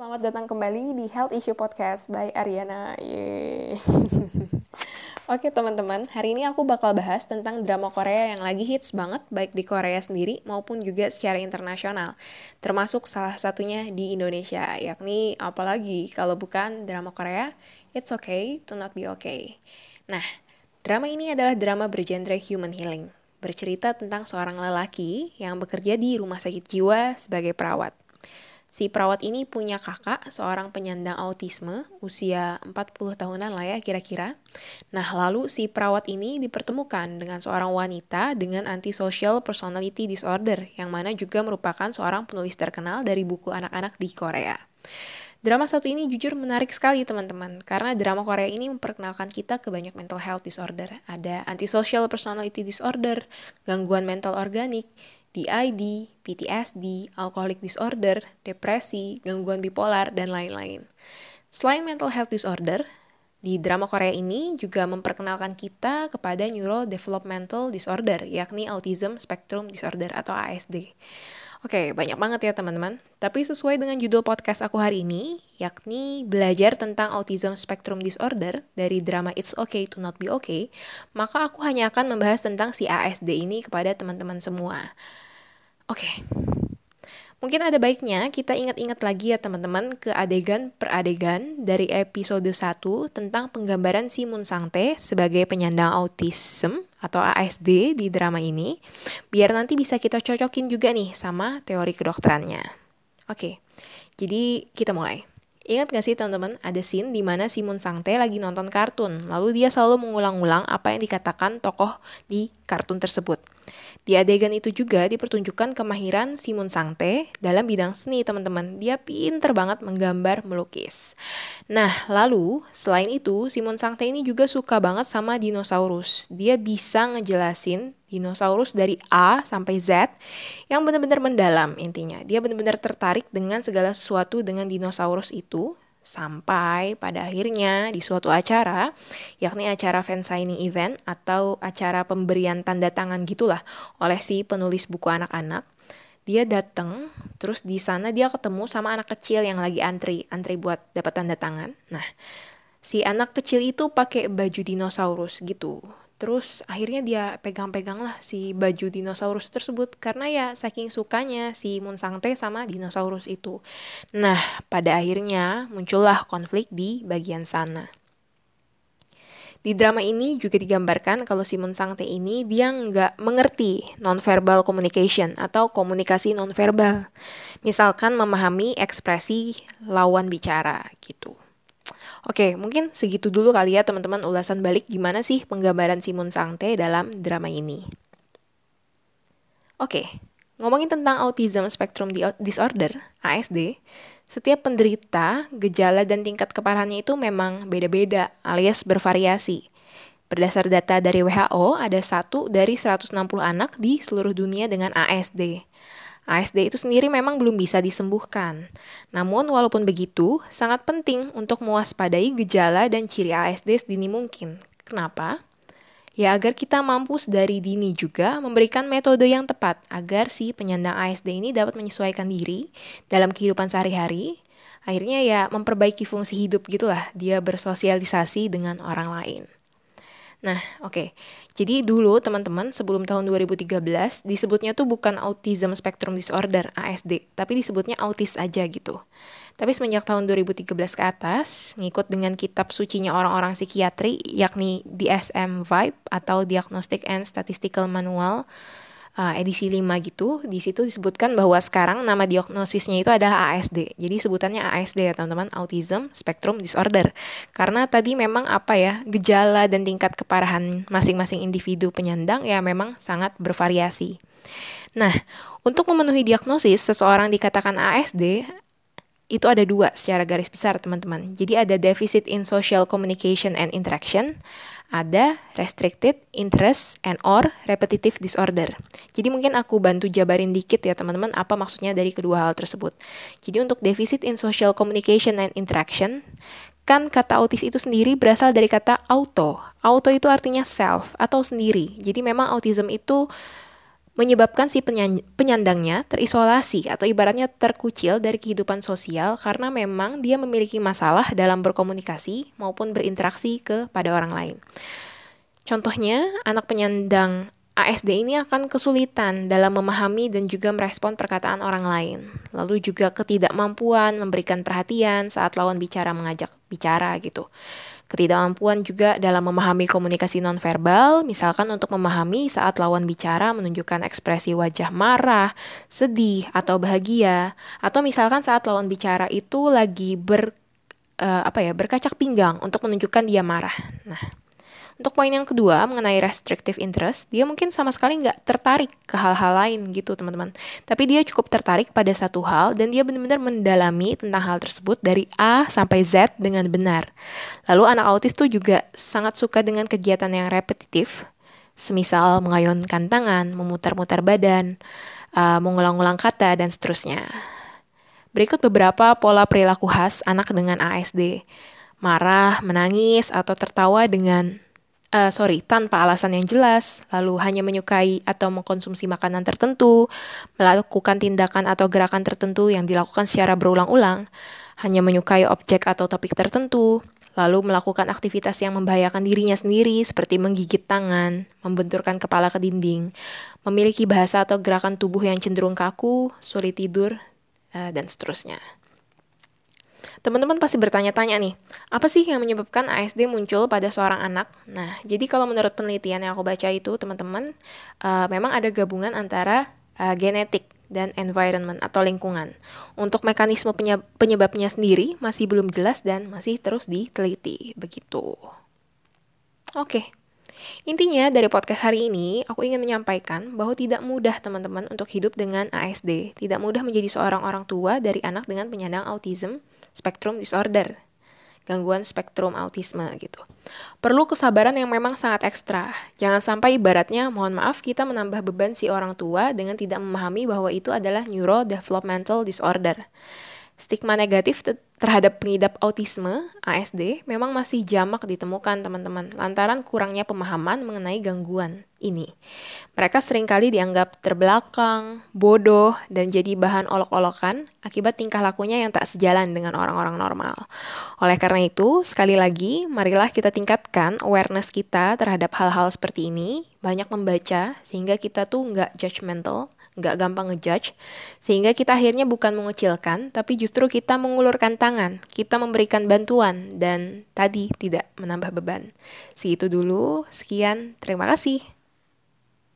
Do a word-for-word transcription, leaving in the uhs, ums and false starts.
Selamat datang kembali di Health Issue Podcast by Ariana. Yeay. Oke teman-teman, hari ini aku bakal bahas tentang drama Korea yang lagi hits banget, baik di Korea sendiri maupun juga secara internasional. Termasuk salah satunya di Indonesia, yakni apalagi kalau bukan drama Korea, It's Okay to Not Be Okay. Nah, drama ini adalah drama bergenre human healing, bercerita tentang seorang lelaki yang bekerja di rumah sakit jiwa sebagai perawat. Si perawat ini punya kakak, seorang penyandang autisme, usia empat puluh tahunan lah ya kira-kira. Nah, lalu si perawat ini dipertemukan dengan seorang wanita dengan antisocial personality disorder, yang mana juga merupakan seorang penulis terkenal dari buku anak-anak di Korea. Drama satu ini jujur menarik sekali teman-teman, karena drama Korea ini memperkenalkan kita ke banyak mental health disorder. Ada antisocial personality disorder, gangguan mental organik, D I D, P T S D, alcoholic disorder, depresi, gangguan bipolar, dan lain-lain. Selain mental health disorder, di drama Korea ini juga memperkenalkan kita kepada neurodevelopmental disorder, yakni autism spectrum disorder atau A S D. Oke, banyak banget ya teman-teman. Tapi sesuai dengan judul podcast aku hari ini, yakni belajar tentang autism spectrum disorder dari drama It's Okay to Not Be Okay, maka aku hanya akan membahas tentang si A S D ini kepada teman-teman semua. Oke, mungkin ada baiknya kita ingat-ingat lagi ya teman-teman ke adegan per adegan dari episode satu tentang penggambaran si Moon Sang-tae sebagai penyandang autism atau A S D di drama ini, biar nanti bisa kita cocokin juga nih sama teori kedokterannya. Oke, jadi kita mulai. Ingat gak sih teman-teman, ada scene di mana si Moon Sang-tae lagi nonton kartun, lalu dia selalu mengulang-ulang apa yang dikatakan tokoh di kartun tersebut. Di adegan itu juga dipertunjukkan kemahiran si Moon Sang-tae dalam bidang seni teman-teman. Dia pinter banget menggambar melukis. Nah, lalu selain itu si Moon Sang-tae ini juga suka banget sama dinosaurus. Dia bisa ngejelasin dinosaurus dari A sampai Z yang benar-benar mendalam intinya. Dia benar-benar tertarik dengan segala sesuatu dengan dinosaurus itu. Sampai pada akhirnya di suatu acara, yakni acara fan signing event atau acara pemberian tanda tangan gitulah oleh si penulis buku anak-anak, dia datang, terus di sana dia ketemu sama anak kecil yang lagi antri, antri buat dapat tanda tangan. Nah, si anak kecil itu pakai baju dinosaurus gitu. Terus akhirnya dia pegang-pegang lah si baju dinosaurus tersebut karena ya saking sukanya si Moon Sang-tae sama dinosaurus itu. Nah, pada akhirnya muncullah konflik di bagian sana. Di drama ini juga digambarkan kalau si Moon Sang-tae ini dia nggak mengerti non-verbal communication atau komunikasi non-verbal. Misalkan memahami ekspresi lawan bicara gitu. Oke, mungkin segitu dulu kali ya teman-teman ulasan balik gimana sih penggambaran si Moon Sang-tae dalam drama ini. Oke, ngomongin tentang autism spectrum disorder, A S D, setiap penderita, gejala dan tingkat keparahannya itu memang beda-beda alias bervariasi. Berdasar data dari W H O, ada satu dari seratus enam puluh anak di seluruh dunia dengan A S D. A S D itu sendiri memang belum bisa disembuhkan. Namun walaupun begitu, sangat penting untuk mewaspadai gejala dan ciri A S D sedini mungkin. Kenapa? Ya agar kita mampu dari dini juga memberikan metode yang tepat agar si penyandang A S D ini dapat menyesuaikan diri dalam kehidupan sehari-hari. Akhirnya ya memperbaiki fungsi hidup gitulah, dia bersosialisasi dengan orang lain. Nah, oke. Okay. Jadi dulu teman-teman sebelum tahun dua ribu tiga belas disebutnya tuh bukan Autism Spectrum Disorder A S D, tapi disebutnya autis aja gitu. Tapi semenjak tahun dua ribu tiga belas ke atas, ngikut dengan kitab sucinya orang-orang psikiatri yakni D S M five atau Diagnostic and Statistical Manual uh, edisi lima gitu, di situ disebutkan bahwa sekarang nama diagnosisnya itu adalah A S D. Jadi sebutannya A S D ya teman-teman, Autism Spectrum Disorder. Karena tadi memang apa ya, gejala dan tingkat keparahan masing-masing individu penyandang ya memang sangat bervariasi. Nah, untuk memenuhi diagnosis seseorang dikatakan A S D, itu ada dua secara garis besar teman-teman. Jadi ada deficit in social communication and interaction, ada restricted interest and or repetitive disorder. Jadi mungkin aku bantu jabarin dikit ya teman-teman apa maksudnya dari kedua hal tersebut. Jadi untuk deficit in social communication and interaction, kan kata autis itu sendiri berasal dari kata auto. Auto itu artinya self atau sendiri. Jadi memang autism itu menyebabkan si penyandangnya terisolasi atau ibaratnya terkucil dari kehidupan sosial karena memang dia memiliki masalah dalam berkomunikasi maupun berinteraksi kepada orang lain. Contohnya, anak penyandang A S D ini akan kesulitan dalam memahami dan juga merespon perkataan orang lain. Lalu juga ketidakmampuan memberikan perhatian saat lawan bicara mengajak bicara gitu. Ketidakmampuan juga dalam memahami komunikasi nonverbal, misalkan untuk memahami saat lawan bicara menunjukkan ekspresi wajah marah, sedih, atau bahagia, atau misalkan saat lawan bicara itu lagi ber uh, apa ya berkacak pinggang untuk menunjukkan dia marah. Nah, untuk poin yang kedua, mengenai restrictive interest, dia mungkin sama sekali nggak tertarik ke hal-hal lain gitu, teman-teman. Tapi dia cukup tertarik pada satu hal, dan dia benar-benar mendalami tentang hal tersebut dari A sampai Z dengan benar. Lalu anak autis tuh juga sangat suka dengan kegiatan yang repetitif, semisal mengayunkan tangan, memutar-mutar badan, uh, mengulang-ulang kata, dan seterusnya. Berikut beberapa pola perilaku khas anak dengan A S D. Marah, menangis, atau tertawa dengan Uh, sorry, tanpa alasan yang jelas, lalu hanya menyukai atau mengkonsumsi makanan tertentu, melakukan tindakan atau gerakan tertentu yang dilakukan secara berulang-ulang, hanya menyukai objek atau topik tertentu, lalu melakukan aktivitas yang membahayakan dirinya sendiri seperti menggigit tangan, membenturkan kepala ke dinding, memiliki bahasa atau gerakan tubuh yang cenderung kaku, sulit tidur, uh, dan seterusnya. Teman-teman pasti bertanya-tanya nih, apa sih yang menyebabkan A S D muncul pada seorang anak? Nah, jadi kalau menurut penelitian yang aku baca itu, teman-teman, uh, memang ada gabungan antara uh, genetik dan environment atau lingkungan. Untuk mekanisme penyebabnya sendiri masih belum jelas dan masih terus diteliti, begitu. Oke. Intinya dari podcast hari ini, aku ingin menyampaikan bahwa tidak mudah teman-teman untuk hidup dengan A S D. Tidak mudah menjadi seorang orang tua dari anak dengan penyandang autism spectrum disorder, gangguan spektrum autisme gitu. Perlu kesabaran yang memang sangat ekstra. Jangan sampai ibaratnya, mohon maaf, kita menambah beban si orang tua dengan tidak memahami bahwa itu adalah neurodevelopmental disorder. Stigma negatif terhadap pengidap autisme, A S D, memang masih jamak ditemukan teman-teman, lantaran kurangnya pemahaman mengenai gangguan ini. Mereka seringkali dianggap terbelakang, bodoh, dan jadi bahan olok-olokan akibat tingkah lakunya yang tak sejalan dengan orang-orang normal. Oleh karena itu, sekali lagi, marilah kita tingkatkan awareness kita terhadap hal-hal seperti ini, banyak membaca, sehingga kita tuh nggak judgmental, nggak gampang ngejudge, sehingga kita akhirnya bukan mengecilkan, tapi justru kita mengulurkan tangan, kita memberikan bantuan, dan tadi tidak menambah beban. Segitu dulu, sekian, terima kasih.